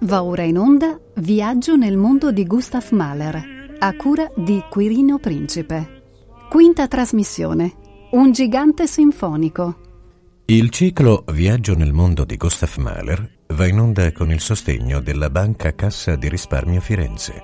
Va ora in onda Viaggio nel mondo di Gustav Mahler, a cura di Quirino Principe. Quinta trasmissione, un gigante sinfonico. Il ciclo Viaggio nel mondo di Gustav Mahler va in onda con il sostegno della Banca Cassa di Risparmio Firenze.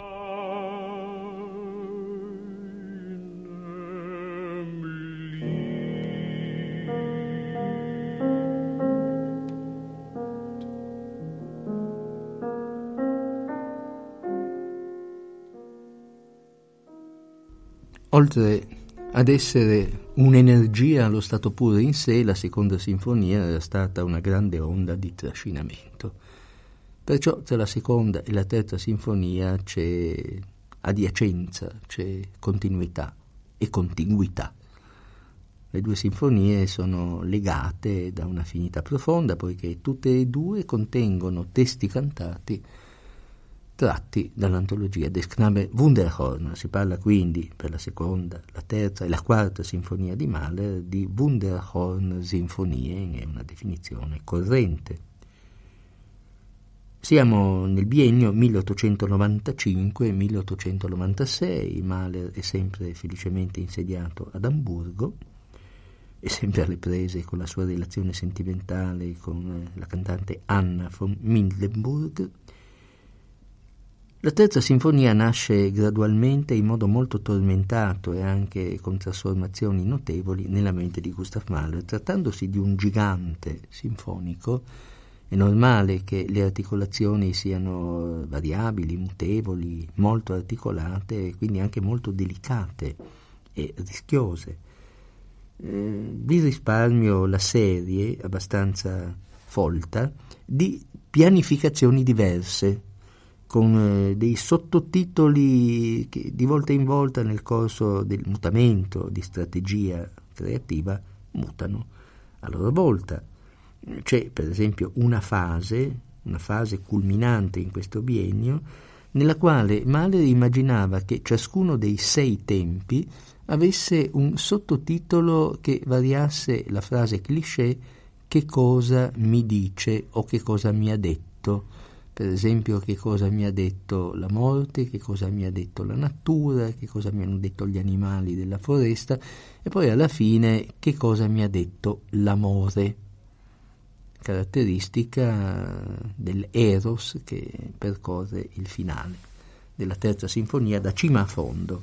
Oltre ad essere un'energia allo stato puro in sé, la seconda sinfonia era stata una grande onda di trascinamento. Perciò tra la seconda e la terza sinfonia c'è adiacenza, c'è continuità e contiguità. Le due sinfonie sono legate da un'affinità profonda, poiché tutte e due contengono testi cantati tratti dall'antologia des Knabe Wunderhorn. Si parla quindi, per la seconda, la terza e la quarta sinfonia di Mahler, di Wunderhorn-Sinfonie, è una definizione corrente. Siamo nel biennio 1895-1896, Mahler è sempre felicemente insediato ad Amburgo, è sempre alle prese con la sua relazione sentimentale con la cantante Anna von Mildenburg. La terza sinfonia nasce gradualmente in modo molto tormentato e anche con trasformazioni notevoli nella mente di Gustav Mahler. Trattandosi di un gigante sinfonico, è normale che le articolazioni siano variabili, mutevoli, molto articolate e quindi anche molto delicate e rischiose. Vi risparmio la serie, abbastanza folta, di pianificazioni diverse, con dei sottotitoli che di volta in volta nel corso del mutamento di strategia creativa mutano a loro volta. C'è per esempio una fase culminante in questo biennio, nella quale Mahler immaginava che ciascuno dei 6 tempi avesse un sottotitolo che variasse la frase cliché "che cosa mi dice" o "che cosa mi ha detto". Per esempio, che cosa mi ha detto la morte, che cosa mi ha detto la natura, che cosa mi hanno detto gli animali della foresta, e poi alla fine che cosa mi ha detto l'amore, caratteristica dell'eros che percorre il finale della terza sinfonia da cima a fondo.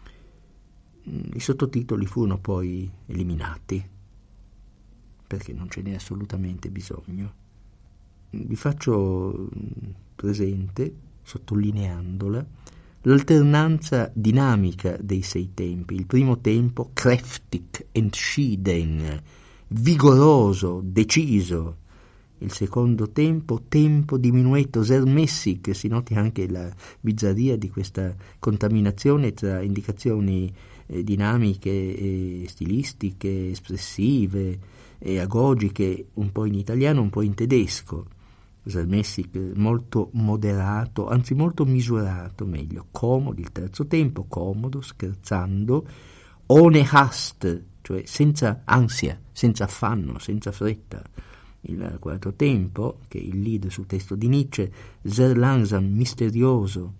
I sottotitoli furono poi eliminati, perché non ce n'è assolutamente bisogno. Vi faccio presente, sottolineandola, l'alternanza dinamica dei 6 tempi. Il primo tempo, kräftig, entschieden, vigoroso, deciso. Il secondo tempo, tempo diminuito, sehr mäßig. Si noti anche la bizzarria di questa contaminazione tra indicazioni dinamiche e stilistiche, espressive e agogiche, un po' in italiano, un po' in tedesco. Zalmessic molto moderato, anzi molto misurato, meglio, comodo, il terzo tempo, comodo, scherzando, ohne Hast, cioè senza ansia, senza affanno, senza fretta. Il quarto tempo, che è il lead sul testo di Nietzsche, sehr langsam, misterioso.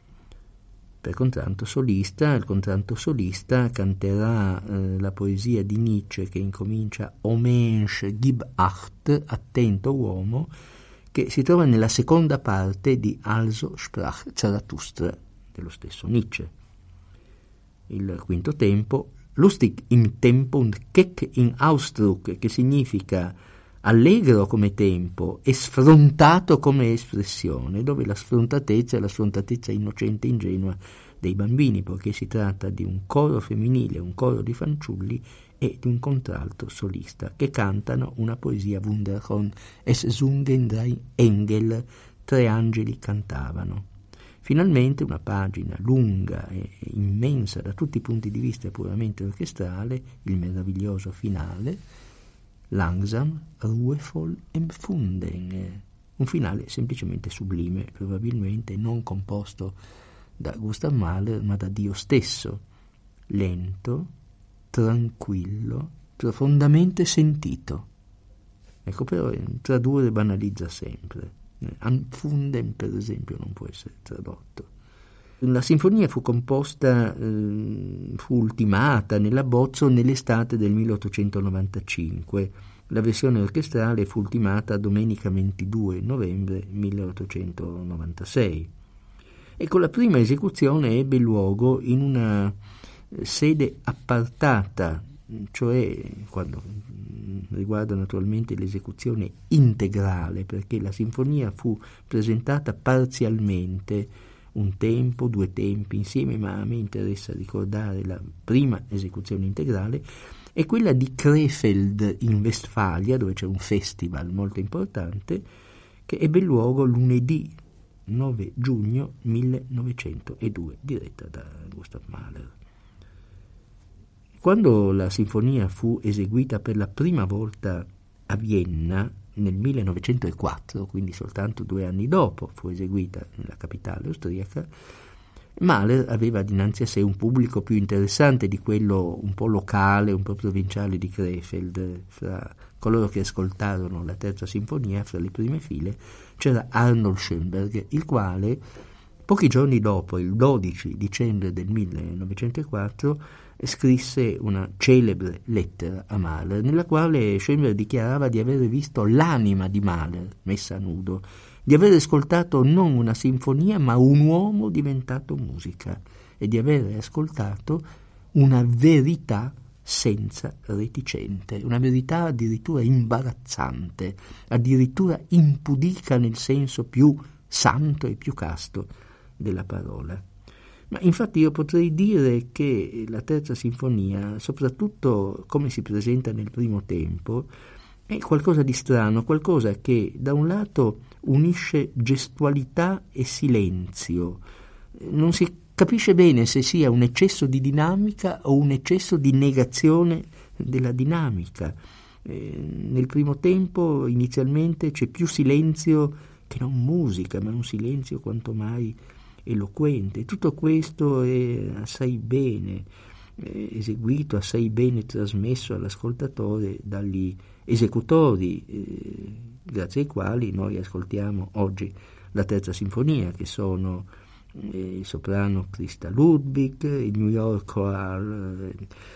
Per contralto solista, il contralto solista canterà la poesia di Nietzsche che incomincia "O Mensch, gib acht", attento uomo, che si trova nella seconda parte di Also sprach Zarathustra, dello stesso Nietzsche. Il quinto tempo, lustig im Tempo und keck in Ausdruck, che significa allegro come tempo e sfrontato come espressione, dove la sfrontatezza è la sfrontatezza innocente e ingenua dei bambini, poiché si tratta di un coro femminile, un coro di fanciulli e di un contralto solista che cantano una poesia Wunderhorn, es sungen drei Engel, 3 angeli cantavano. Finalmente una pagina lunga e immensa da tutti i punti di vista puramente orchestrale, il meraviglioso finale, langsam, ruhevoll empfunden, un finale semplicemente sublime, probabilmente non composto da Gustav Mahler ma da Dio stesso, lento, tranquillo, profondamente sentito. Ecco, però tradurre banalizza sempre. Anfunden, per esempio, non può essere tradotto. La sinfonia fu composta, fu ultimata nell'abbozzo nell'estate del 1895. La versione orchestrale fu ultimata domenica 22 novembre 1896. Ecco, la prima esecuzione ebbe luogo in una sede appartata, cioè quando riguarda naturalmente l'esecuzione integrale, perché la sinfonia fu presentata parzialmente, un tempo, due tempi insieme, ma a me interessa ricordare la prima esecuzione integrale, è quella di Krefeld in Westfalia, dove c'è un festival molto importante, che ebbe luogo lunedì 9 giugno 1902, diretta da Gustav Mahler. Quando la sinfonia fu eseguita per la prima volta a Vienna nel 1904, quindi soltanto 2 anni dopo fu eseguita nella capitale austriaca, Mahler aveva dinanzi a sé un pubblico più interessante di quello un po' locale, un po' provinciale di Krefeld. Fra coloro che ascoltarono la terza sinfonia, fra le prime file, c'era Arnold Schoenberg, il quale pochi giorni dopo, il 12 dicembre del 1904, scrisse una celebre lettera a Mahler, nella quale Schoenberg dichiarava di aver visto l'anima di Mahler messa a nudo, di aver ascoltato non una sinfonia ma un uomo diventato musica e di aver ascoltato una verità senza reticente, una verità addirittura imbarazzante, addirittura impudica nel senso più santo e più casto della parola. Ma infatti io potrei dire che la terza sinfonia, soprattutto come si presenta nel primo tempo, è qualcosa di strano, qualcosa che da un lato unisce gestualità e silenzio. Non si capisce bene se sia un eccesso di dinamica o un eccesso di negazione della dinamica. Nel primo tempo inizialmente c'è più silenzio che non musica, ma un silenzio quanto mai eloquente. Tutto questo è assai bene eseguito, assai bene trasmesso all'ascoltatore dagli esecutori, grazie ai quali noi ascoltiamo oggi la terza sinfonia, che sono il soprano Christa Ludwig, il New York Choral,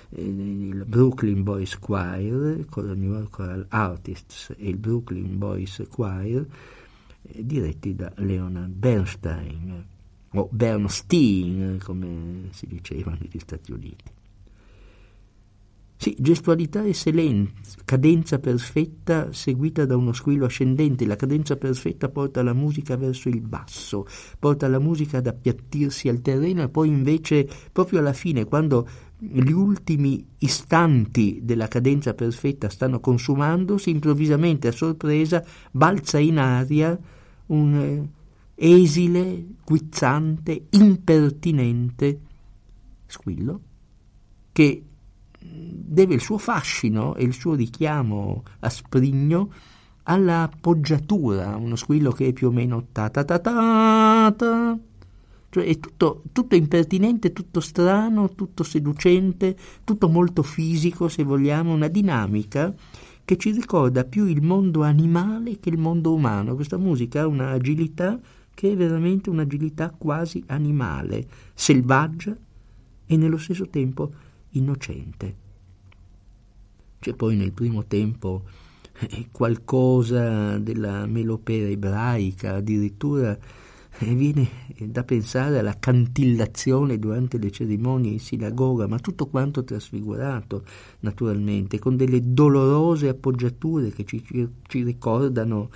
il Brooklyn Boys Choir, con il New York Choral Artists e il Brooklyn Boys Choir, diretti da Leonard Bernstein, o Bernstein, come si diceva negli Stati Uniti. Sì, gestualità e cadenza perfetta seguita da uno squillo ascendente. La cadenza perfetta porta la musica verso il basso, porta la musica ad appiattirsi al terreno e poi invece proprio alla fine, quando gli ultimi istanti della cadenza perfetta stanno consumandosi, improvvisamente a sorpresa balza in aria un esile, guizzante, impertinente squillo che deve il suo fascino e il suo richiamo a sprigno alla appoggiatura, uno squillo che è più o meno ta ta ta ta ta, cioè è tutto impertinente, tutto strano, tutto seducente, tutto molto fisico, se vogliamo, una dinamica che ci ricorda più il mondo animale che il mondo umano. Questa musica ha una agilità che è veramente un'agilità quasi animale, selvaggia e nello stesso tempo innocente. C'è poi nel primo tempo qualcosa della melopea ebraica, addirittura viene da pensare alla cantillazione durante le cerimonie in sinagoga, ma tutto quanto trasfigurato naturalmente, con delle dolorose appoggiature che ci ricordano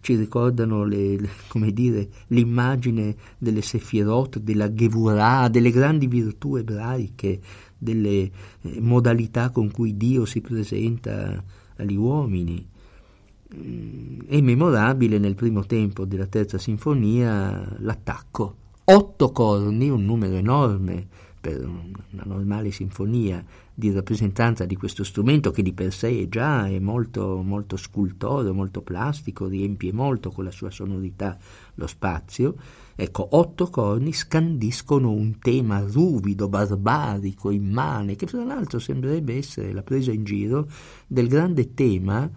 l'immagine delle Sefirot, della Gevurah, delle grandi virtù ebraiche, delle modalità con cui Dio si presenta agli uomini. È memorabile nel primo tempo della terza sinfonia l'attacco. 8 corni, un numero enorme per una normale sinfonia, di rappresentanza di questo strumento che di per sé è molto, molto scultoreo, molto plastico, riempie molto con la sua sonorità lo spazio. Ecco, 8 corni scandiscono un tema ruvido, barbarico, immane, che fra l'altro sembrerebbe essere la presa in giro del grande tema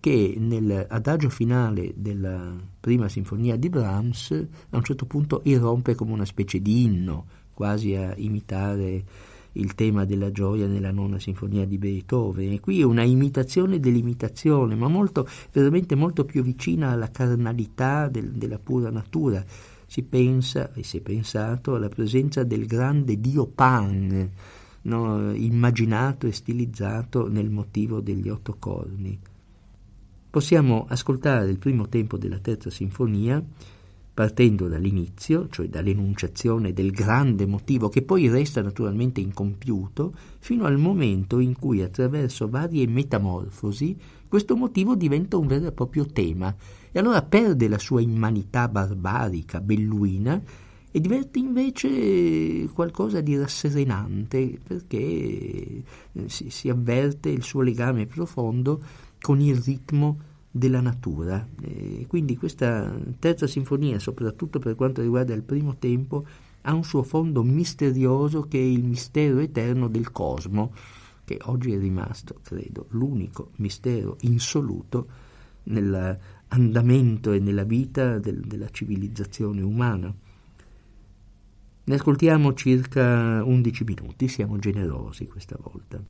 che nell'adagio finale della prima sinfonia di Brahms a un certo punto irrompe come una specie di inno, quasi a imitare il tema della gioia nella nona sinfonia di Beethoven. E qui è una imitazione dell'imitazione, ma veramente molto più vicina alla carnalità della pura natura. Si pensa, e si è pensato, alla presenza del grande dio Pan, no, immaginato e stilizzato nel motivo degli 8 corni. Possiamo ascoltare il primo tempo della terza sinfonia partendo dall'inizio, cioè dall'enunciazione del grande motivo che poi resta naturalmente incompiuto, fino al momento in cui attraverso varie metamorfosi questo motivo diventa un vero e proprio tema e allora perde la sua immanità barbarica, belluina, e diventa invece qualcosa di rasserenante, perché si avverte il suo legame profondo con il ritmo della natura. Quindi questa terza sinfonia, soprattutto per quanto riguarda il primo tempo, ha un suo fondo misterioso che è il mistero eterno del cosmo, che oggi è rimasto, credo, l'unico mistero insoluto nell'andamento e nella vita della civilizzazione umana. Ne ascoltiamo circa 11 minuti, siamo generosi questa volta.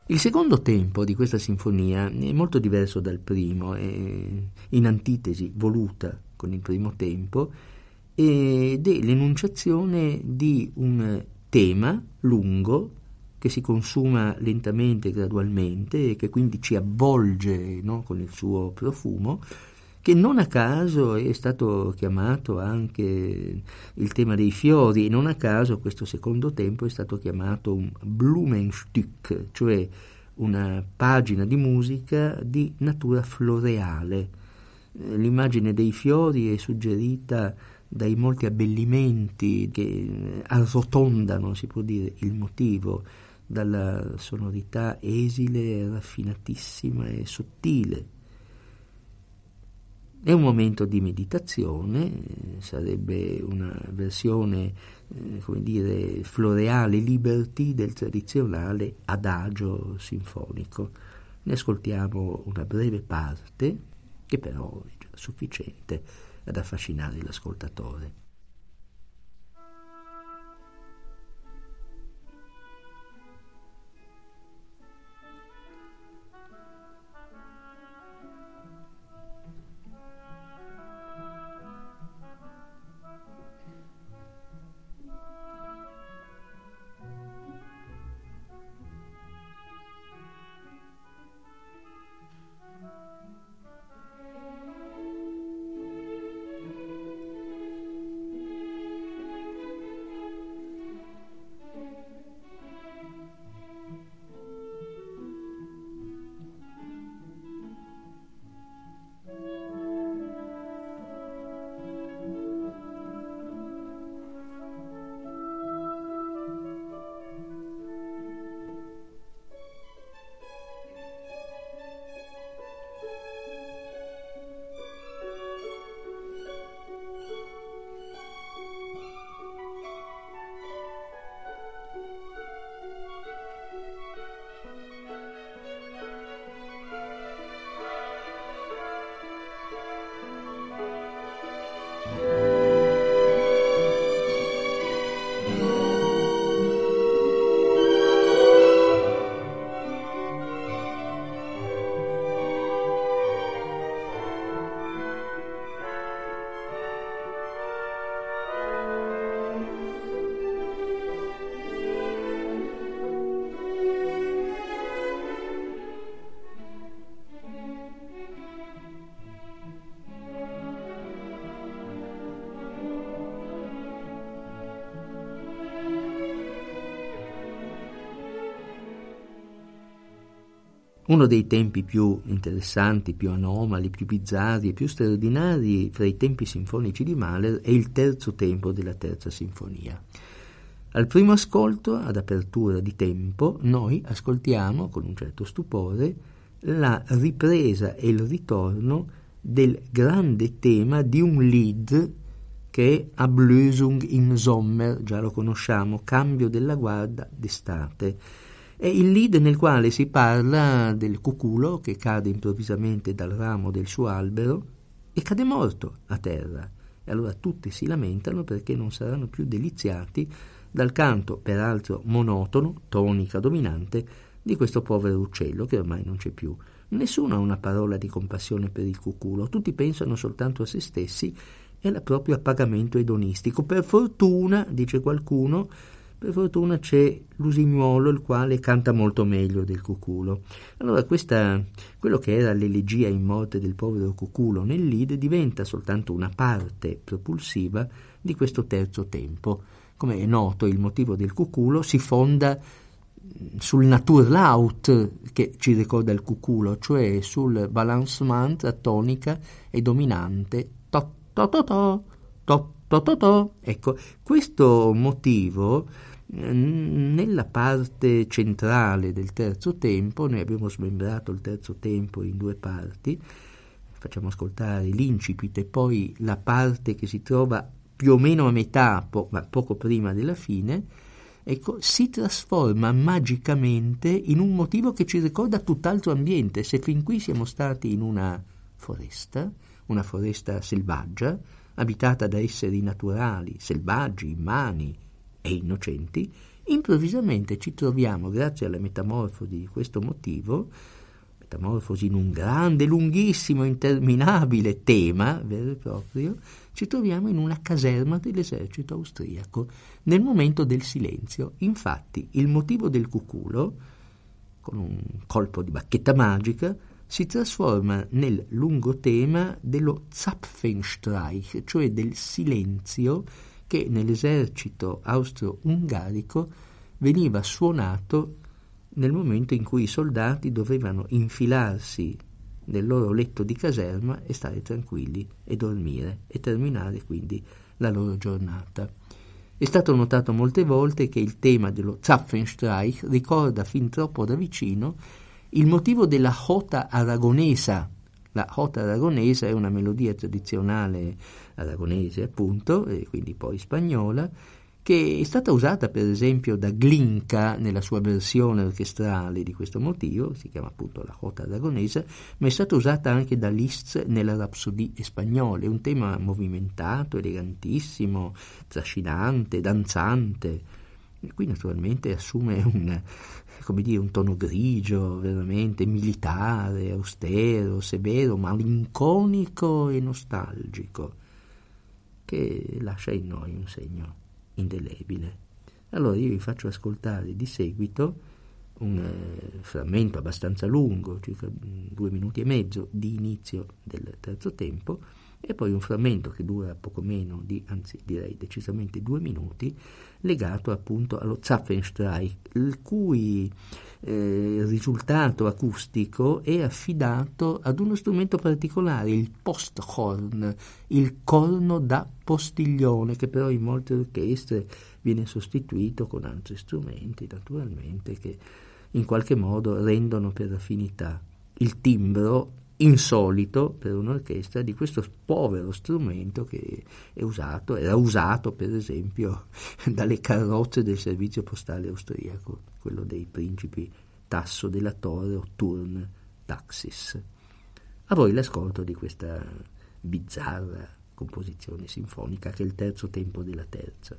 Il secondo tempo di questa sinfonia è molto diverso dal primo, è in antitesi voluta con il primo tempo, ed è l'enunciazione di un tema lungo che si consuma lentamente, gradualmente, e che quindi ci avvolge, no, con il suo profumo, che non a caso è stato chiamato anche il tema dei fiori, e non a caso questo secondo tempo è stato chiamato un Blumenstück, cioè una pagina di musica di natura floreale. L'immagine dei fiori è suggerita dai molti abbellimenti che arrotondano, si può dire, il motivo, dalla sonorità esile, raffinatissima e sottile. È un momento di meditazione, sarebbe una versione, come dire, floreale, liberty del tradizionale adagio sinfonico. Ne ascoltiamo una breve parte, che però è già sufficiente ad affascinare l'ascoltatore. Uno dei tempi più interessanti, più anomali, più bizzarri e più straordinari fra i tempi sinfonici di Mahler è il terzo tempo della terza sinfonia. Al primo ascolto, ad apertura di tempo, noi ascoltiamo con un certo stupore la ripresa e il ritorno del grande tema di un Lied che è Ablösung im Sommer, già lo conosciamo, cambio della guarda d'estate. È il Lied nel quale si parla del cuculo che cade improvvisamente dal ramo del suo albero e cade morto a terra. E allora tutti si lamentano perché non saranno più deliziati dal canto, peraltro monotono, tonica dominante, di questo povero uccello che ormai non c'è più. Nessuno ha una parola di compassione per il cuculo, tutti pensano soltanto a se stessi e al proprio appagamento edonistico. Per fortuna, dice qualcuno, per fortuna c'è l'usignuolo, il quale canta molto meglio del cuculo. Allora quello che era l'elegia in morte del povero cuculo nel Lied diventa soltanto una parte propulsiva di questo terzo tempo. Come è noto, il motivo del cuculo si fonda sul Naturlaut che ci ricorda il cuculo, cioè sul balancement a tonica e dominante to to to to to to to to. Ecco, questo motivo nella parte centrale del terzo tempo, noi abbiamo smembrato il terzo tempo in due parti, facciamo ascoltare l'incipit e poi la parte che si trova più o meno a metà, ma poco prima della fine. Ecco, si trasforma magicamente in un motivo che ci ricorda tutt'altro ambiente. Se fin qui siamo stati in una foresta selvaggia, abitata da esseri naturali, selvaggi, immani e innocenti, improvvisamente ci troviamo, grazie alla metamorfosi di questo motivo, metamorfosi in un grande, lunghissimo, interminabile tema vero e proprio, ci troviamo in una caserma dell'esercito austriaco, nel momento del silenzio. Infatti il motivo del cuculo, con un colpo di bacchetta magica, si trasforma nel lungo tema dello Zapfenstreich, cioè del silenzio che nell'esercito austro-ungarico veniva suonato nel momento in cui i soldati dovevano infilarsi nel loro letto di caserma e stare tranquilli e dormire e terminare quindi la loro giornata. È stato notato molte volte che il tema dello Zapfenstreich ricorda fin troppo da vicino il motivo della jota aragonesa. La jota aragonesa è una melodia tradizionale aragonese, appunto, e quindi poi spagnola, che è stata usata per esempio da Glinka nella sua versione orchestrale di questo motivo, si chiama appunto la jota aragonesa, ma è stata usata anche da Liszt nella Rapsodie Spagnole. È un tema movimentato, elegantissimo, trascinante, danzante. E qui naturalmente assume un tono grigio, veramente militare, austero, severo, malinconico e nostalgico, che lascia in noi un segno indelebile. Allora io vi faccio ascoltare di seguito un frammento abbastanza lungo, circa 2 minuti e mezzo di inizio del terzo tempo, e poi un frammento che dura poco meno anzi direi decisamente 2 minuti, legato appunto allo Zapfenstreich, il cui risultato acustico è affidato ad uno strumento particolare, il Posthorn, il corno da postiglione, che però in molte orchestre viene sostituito con altri strumenti, naturalmente, che in qualche modo rendono per affinità il timbro insolito per un'orchestra di questo povero strumento che era usato per esempio dalle carrozze del servizio postale austriaco, quello dei principi Tasso della Torre o Thurn Taxis. A voi l'ascolto di questa bizzarra composizione sinfonica che è il terzo tempo della terza.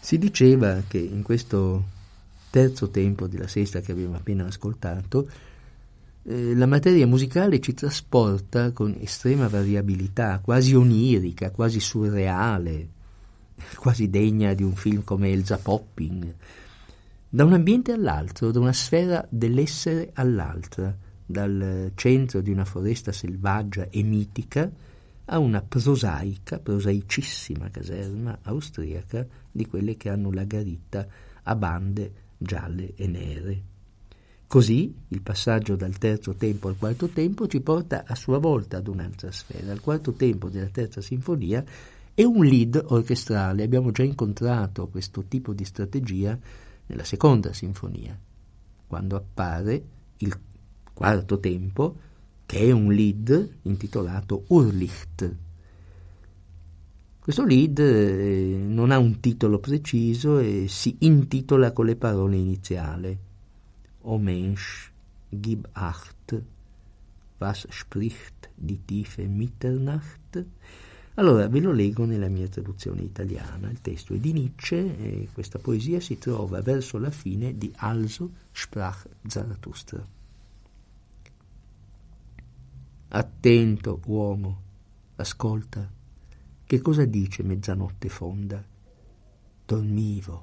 Si diceva che in questo terzo tempo della sesta che abbiamo appena ascoltato, la materia musicale ci trasporta con estrema variabilità, quasi onirica, quasi surreale, quasi degna di un film come Elsa Popping, da un ambiente all'altro, da una sfera dell'essere all'altra, dal centro di una foresta selvaggia e mitica a una prosaicissima caserma austriaca di quelle che hanno la garitta a bande gialle e nere. Così il passaggio dal terzo tempo al quarto tempo ci porta a sua volta ad un'altra sfera. Il quarto tempo della terza sinfonia è un lead orchestrale. Abbiamo già incontrato questo tipo di strategia nella seconda sinfonia, quando appare il quarto tempo, che è un lead intitolato Urlicht. Questo lead non ha un titolo preciso e si intitola con le parole iniziali: O Mensch, gib acht, was spricht die tiefe Mitternacht? Allora, ve lo leggo nella mia traduzione italiana. Il testo è di Nietzsche e questa poesia si trova verso la fine di Also sprach Zarathustra. Attento, uomo, ascolta, che cosa dice mezzanotte fonda? Dormivo,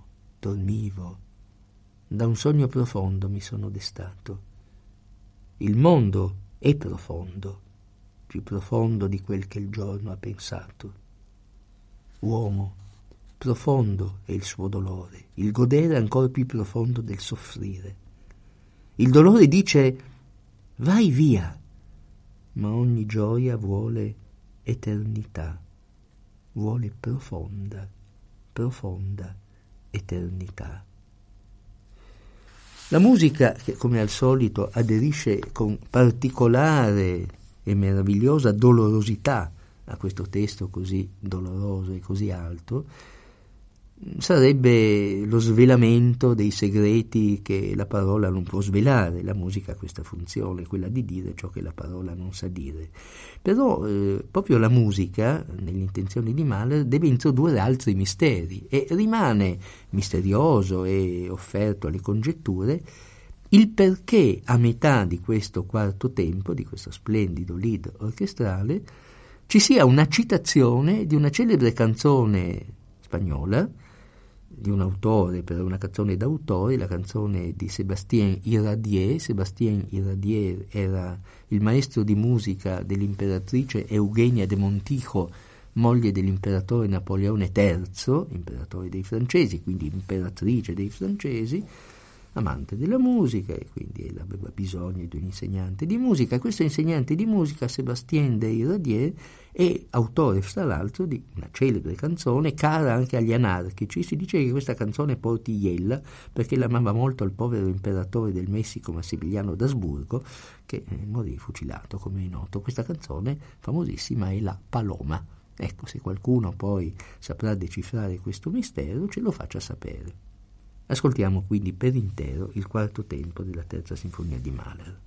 da un sogno profondo mi sono destato. Il mondo è profondo, più profondo di quel che il giorno ha pensato. Uomo, profondo è il suo dolore, il godere ancora più profondo del soffrire. Il dolore dice: vai via, ma ogni gioia vuole eternità, vuole profonda eternità. La musica, che come al solito aderisce con particolare e meravigliosa dolorosità a questo testo così doloroso e così alto, sarebbe lo svelamento dei segreti che la parola non può svelare. La musica ha questa funzione, quella di dire ciò che la parola non sa dire. Però proprio la musica, nelle intenzioni di Mahler, deve introdurre altri misteri e rimane misterioso e offerto alle congetture il perché a metà di questo quarto tempo, di questo splendido lead orchestrale, ci sia una citazione di una celebre canzone spagnola, di un autore, per una canzone d'autore, la canzone di Sébastien Iradier. Sébastien Iradier era il maestro di musica dell'imperatrice Eugenia de Montijo, moglie dell'imperatore Napoleone III, imperatore dei francesi, quindi imperatrice dei francesi, amante della musica, e quindi aveva bisogno di un insegnante di musica. Questo insegnante di musica, Sébastien de Iradier, è autore, fra l'altro, di una celebre canzone cara anche agli anarchici. Si dice che questa canzone porti iella perché l'amava molto il povero imperatore del Messico Massimiliano d'Asburgo, che morì fucilato, come è noto. Questa canzone famosissima è la Paloma. Ecco, se qualcuno poi saprà decifrare questo mistero, ce lo faccia sapere. Ascoltiamo quindi per intero il quarto tempo della terza sinfonia di Mahler.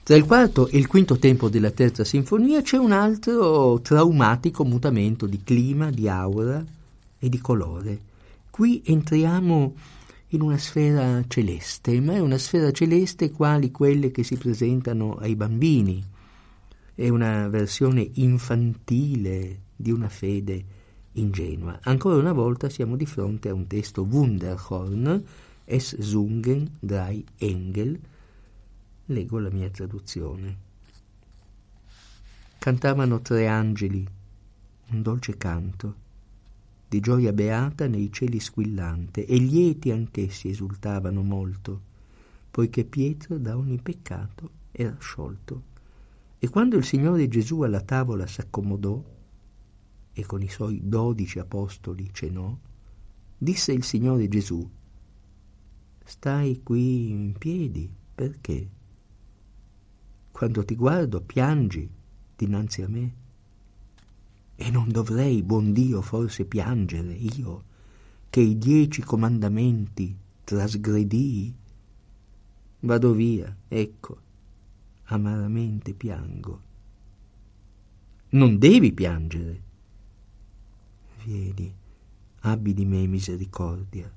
Tra il quarto e il quinto tempo della terza sinfonia c'è un altro traumatico mutamento di clima, di aura e di colore. Qui entriamo in una sfera celeste, ma è una sfera celeste quali quelle che si presentano ai bambini. È una versione infantile di una fede ingenua. Ancora una volta siamo di fronte a un testo Wunderhorn, Es sungen drei Engel. Leggo la mia traduzione. Cantavano 3 angeli, un dolce canto, di gioia beata nei cieli squillante, e lieti anch'essi esultavano molto, poiché Pietro da ogni peccato era sciolto. E quando il Signore Gesù alla tavola s'accomodò e con i suoi 12 apostoli cenò, disse il Signore Gesù: «Stai qui in piedi, perché? Quando ti guardo piangi dinanzi a me? E non dovrei, buon Dio, forse piangere io, che i 10 comandamenti trasgredii? Vado via, ecco, amaramente piango». «Non devi piangere. Vieni, abbi di me misericordia.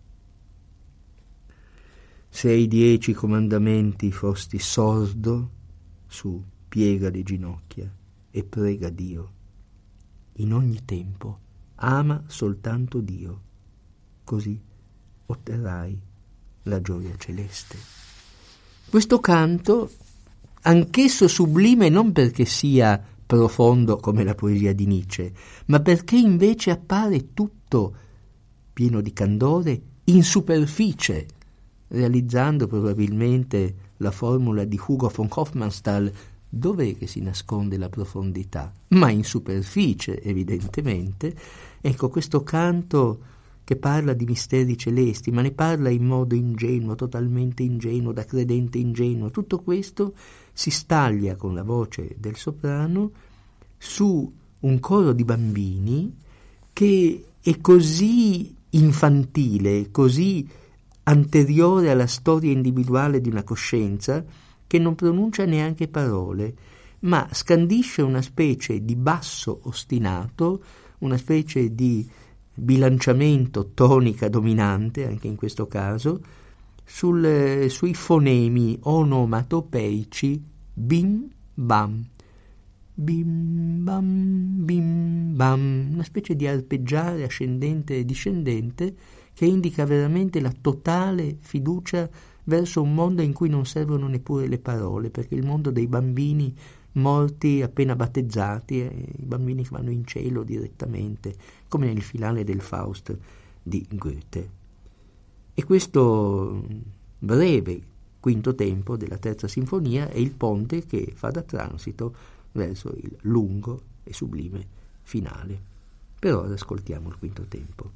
Se ai 10 comandamenti fosti sordo, su, piega le ginocchia e prega Dio. In ogni tempo ama soltanto Dio, così otterrai la gioia celeste». Questo canto, anch'esso sublime non perché sia profondo come la poesia di Nietzsche, ma perché invece appare tutto pieno di candore in superficie, realizzando probabilmente la formula di Hugo von Hofmannsthal: dov'è che si nasconde la profondità? Ma in superficie, evidentemente. Ecco, questo canto che parla di misteri celesti, ma ne parla in modo ingenuo, totalmente ingenuo, da credente ingenuo. Tutto questo si staglia con la voce del soprano su un coro di bambini che è così infantile, così anteriore alla storia individuale di una coscienza, che non pronuncia neanche parole, ma scandisce una specie di basso ostinato, una specie di bilanciamento tonica dominante, anche in questo caso, sui fonemi onomatopeici bim bam, bim bam, bim bam, una specie di arpeggiare ascendente e discendente che indica veramente la totale fiducia verso un mondo in cui non servono neppure le parole, perché il mondo dei bambini morti appena battezzati, i bambini che vanno in cielo direttamente, come nel finale del Faust di Goethe. E questo breve quinto tempo della terza sinfonia è il ponte che fa da transito verso il lungo e sublime finale. Per ora ascoltiamo il quinto tempo.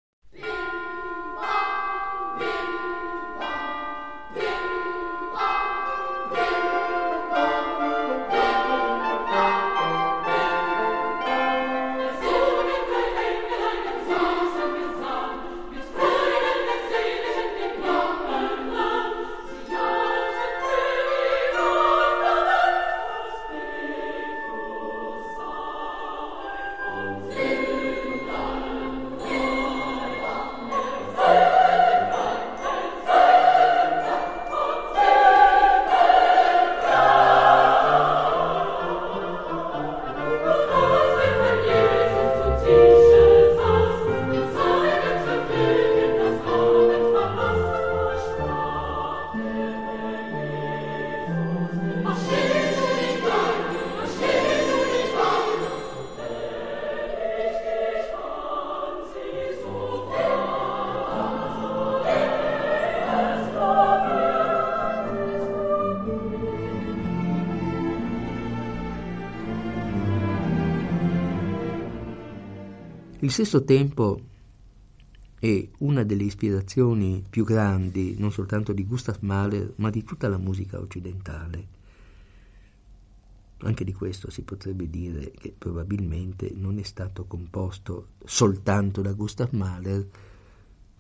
Il sesto tempo è una delle ispirazioni più grandi, non soltanto di Gustav Mahler, ma di tutta la musica occidentale. Anche di questo si potrebbe dire che probabilmente non è stato composto soltanto da Gustav Mahler,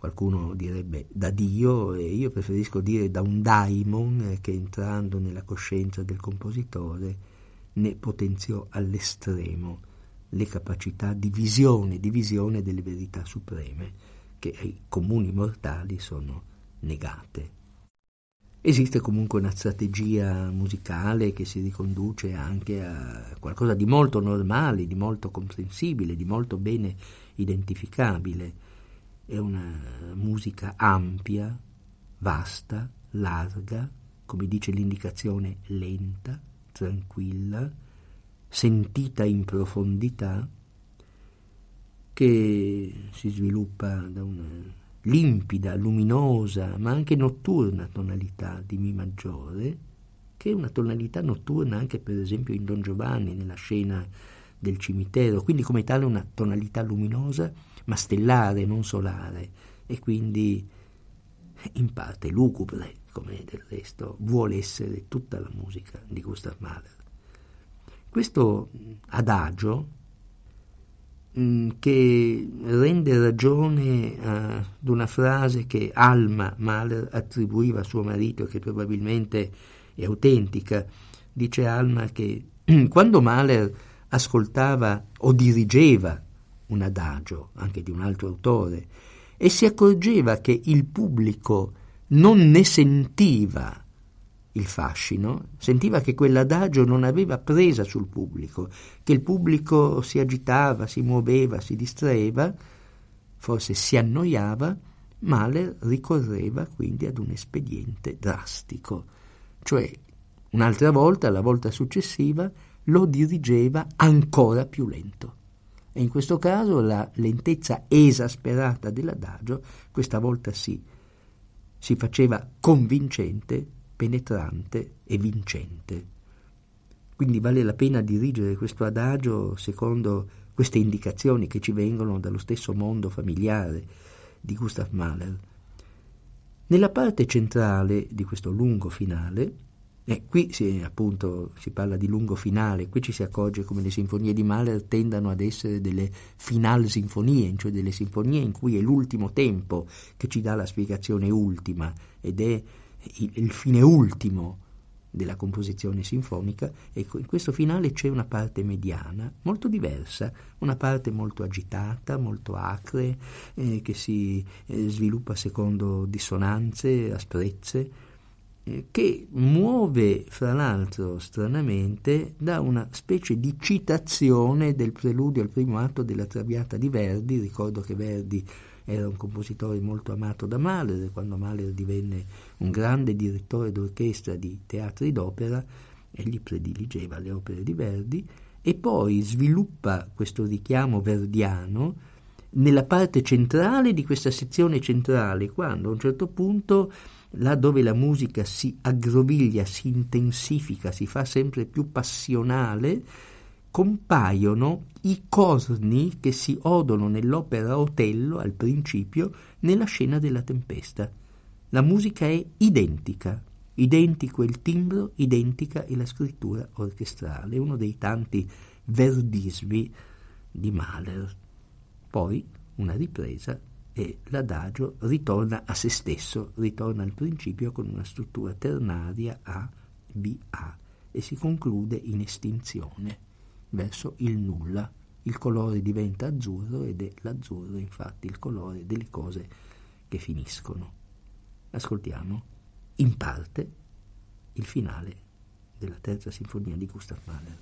qualcuno direbbe da Dio, e io preferisco dire da un daimon che, entrando nella coscienza del compositore, ne potenziò all'estremo le capacità di visione delle verità supreme che ai comuni mortali sono negate. Esiste comunque una strategia musicale che si riconduce anche a qualcosa di molto normale, di molto comprensibile, di molto bene identificabile. È una musica ampia, vasta, larga, come dice l'indicazione, lenta, tranquilla, sentita in profondità, che si sviluppa da una limpida, luminosa, ma anche notturna tonalità di Mi maggiore, che è una tonalità notturna anche per esempio in Don Giovanni, nella scena del cimitero, quindi come tale una tonalità luminosa, ma stellare, non solare, e quindi in parte lugubre, come del resto vuole essere tutta la musica di Gustav Mahler. Questo adagio, che rende ragione ad una frase che Alma Mahler attribuiva a suo marito e che probabilmente è autentica. Dice Alma che quando Mahler ascoltava o dirigeva un adagio anche di un altro autore e si accorgeva che il pubblico non ne sentiva il fascino, sentiva che quell'adagio non aveva presa sul pubblico, che il pubblico si agitava, si muoveva, si distraeva, forse si annoiava, Mahler ricorreva quindi ad un espediente drastico, cioè un'altra volta, la volta successiva, lo dirigeva ancora più lento. E in questo caso la lentezza esasperata dell'adagio, questa volta sì, si faceva convincente, penetrante e vincente. Quindi vale la pena dirigere questo adagio secondo queste indicazioni che ci vengono dallo stesso mondo familiare di Gustav Mahler. Nella parte centrale di questo lungo finale, qui si parla di lungo finale, qui ci si accorge come le sinfonie di Mahler tendano ad essere delle final sinfonie, cioè delle sinfonie in cui è l'ultimo tempo che ci dà la spiegazione ultima ed è il fine ultimo della composizione sinfonica. Ecco, in questo finale c'è una parte mediana molto diversa, una parte molto agitata, molto acre, che si sviluppa secondo dissonanze, asprezze, che muove fra l'altro stranamente da una specie di citazione del preludio al primo atto della Traviata di Verdi. Ricordo che Verdi era un compositore molto amato da Mahler, quando Mahler divenne un grande direttore d'orchestra di teatri d'opera, egli prediligeva le opere di Verdi, e poi sviluppa questo richiamo verdiano nella parte centrale di questa sezione centrale, quando a un certo punto, là dove la musica si aggroviglia, si intensifica, si fa sempre più passionale, compaiono i corni che si odono nell'opera Otello al principio nella scena della tempesta. La musica è identica, identico il timbro, identica è la scrittura orchestrale, uno dei tanti verdismi di Mahler. Poi una ripresa e l'adagio ritorna a se stesso, ritorna al principio con una struttura ternaria A-B-A e si conclude in estinzione verso il nulla. Il colore diventa azzurro ed è l'azzurro infatti il colore delle cose che finiscono. Ascoltiamo in parte il finale della terza sinfonia di Gustav Mahler.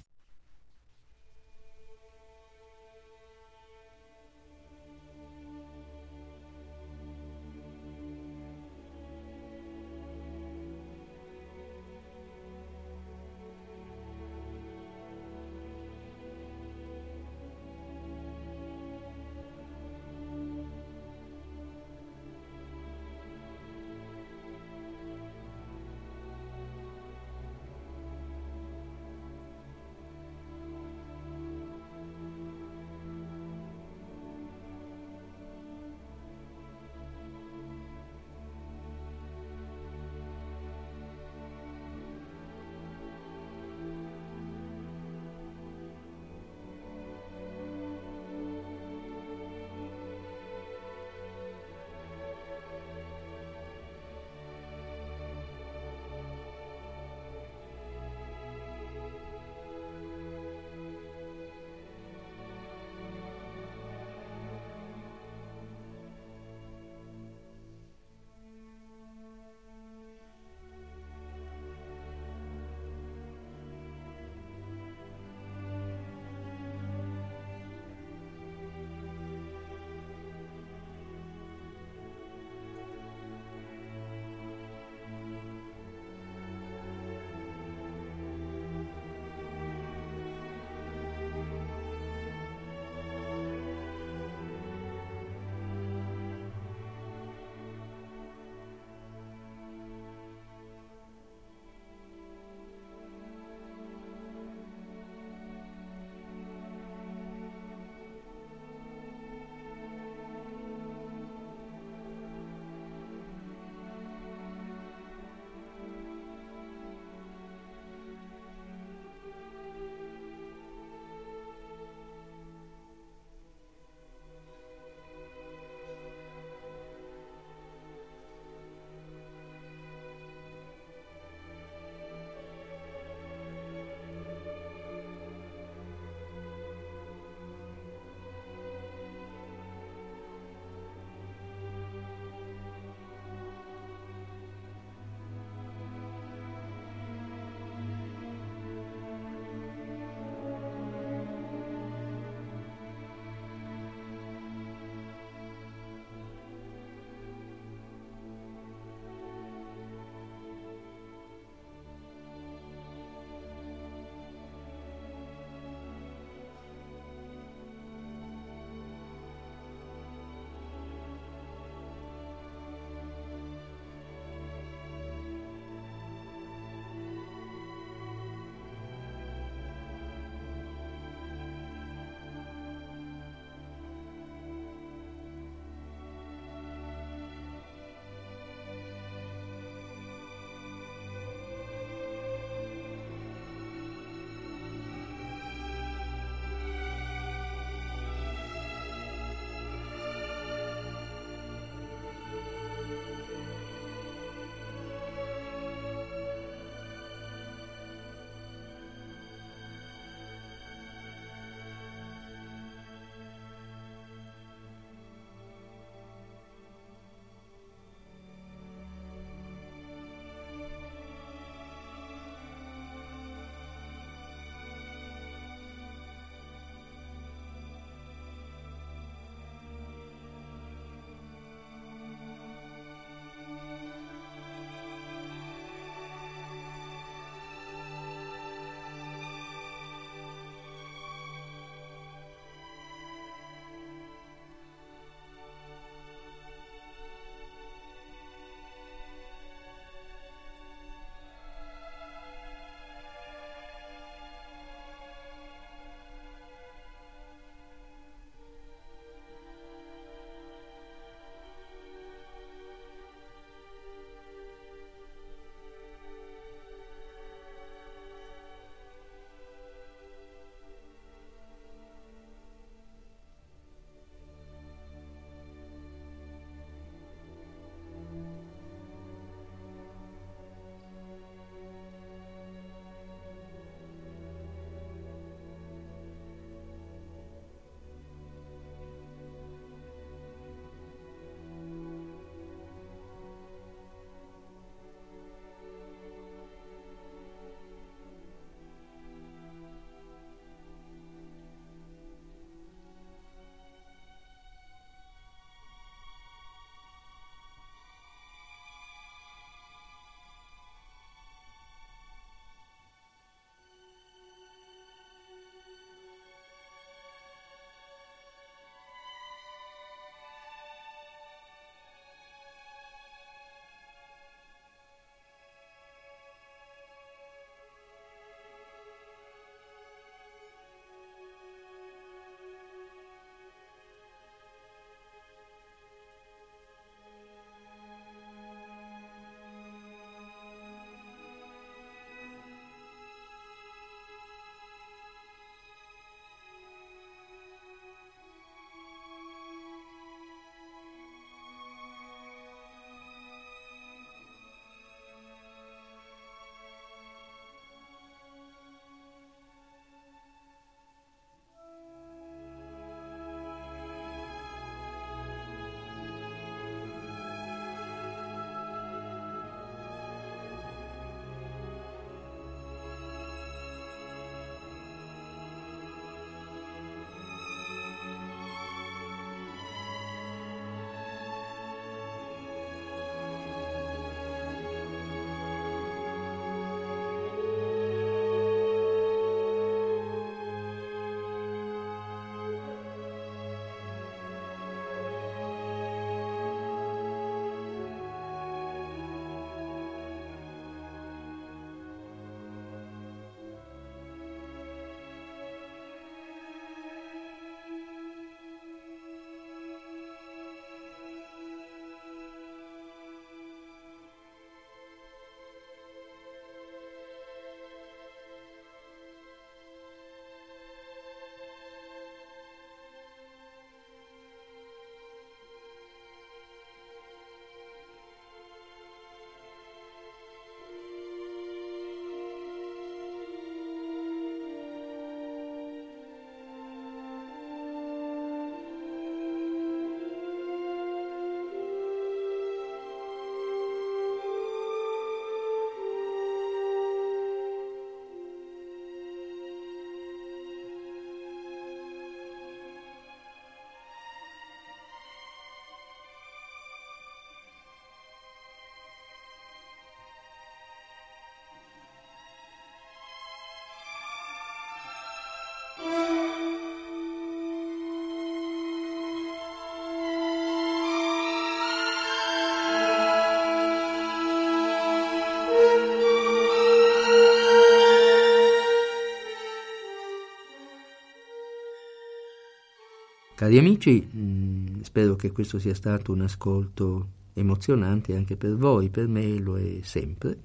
Cari amici, spero che questo sia stato un ascolto emozionante anche per voi, per me lo è sempre,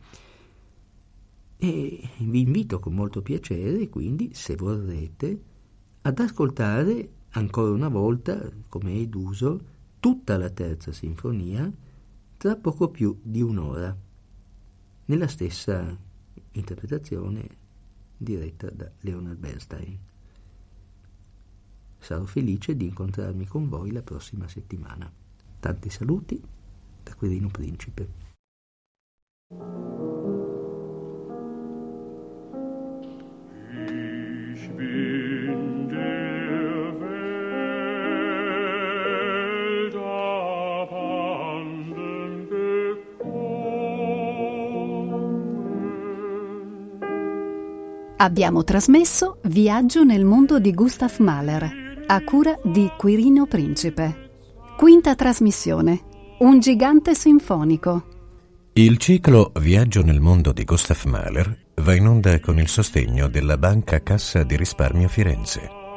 e vi invito con molto piacere, quindi, se vorrete, ad ascoltare ancora una volta, come è d'uso, tutta la terza sinfonia tra poco più di un'ora, nella stessa interpretazione diretta da Leonard Bernstein. Sarò felice di incontrarmi con voi la prossima settimana. Tanti saluti da Quirino Principe. Abbiamo trasmesso Viaggio nel mondo di Gustav Mahler, a cura di Quirino Principe. Quinta trasmissione. Un gigante sinfonico. Il ciclo Viaggio nel mondo di Gustav Mahler va in onda con il sostegno della Banca Cassa di Risparmio Firenze.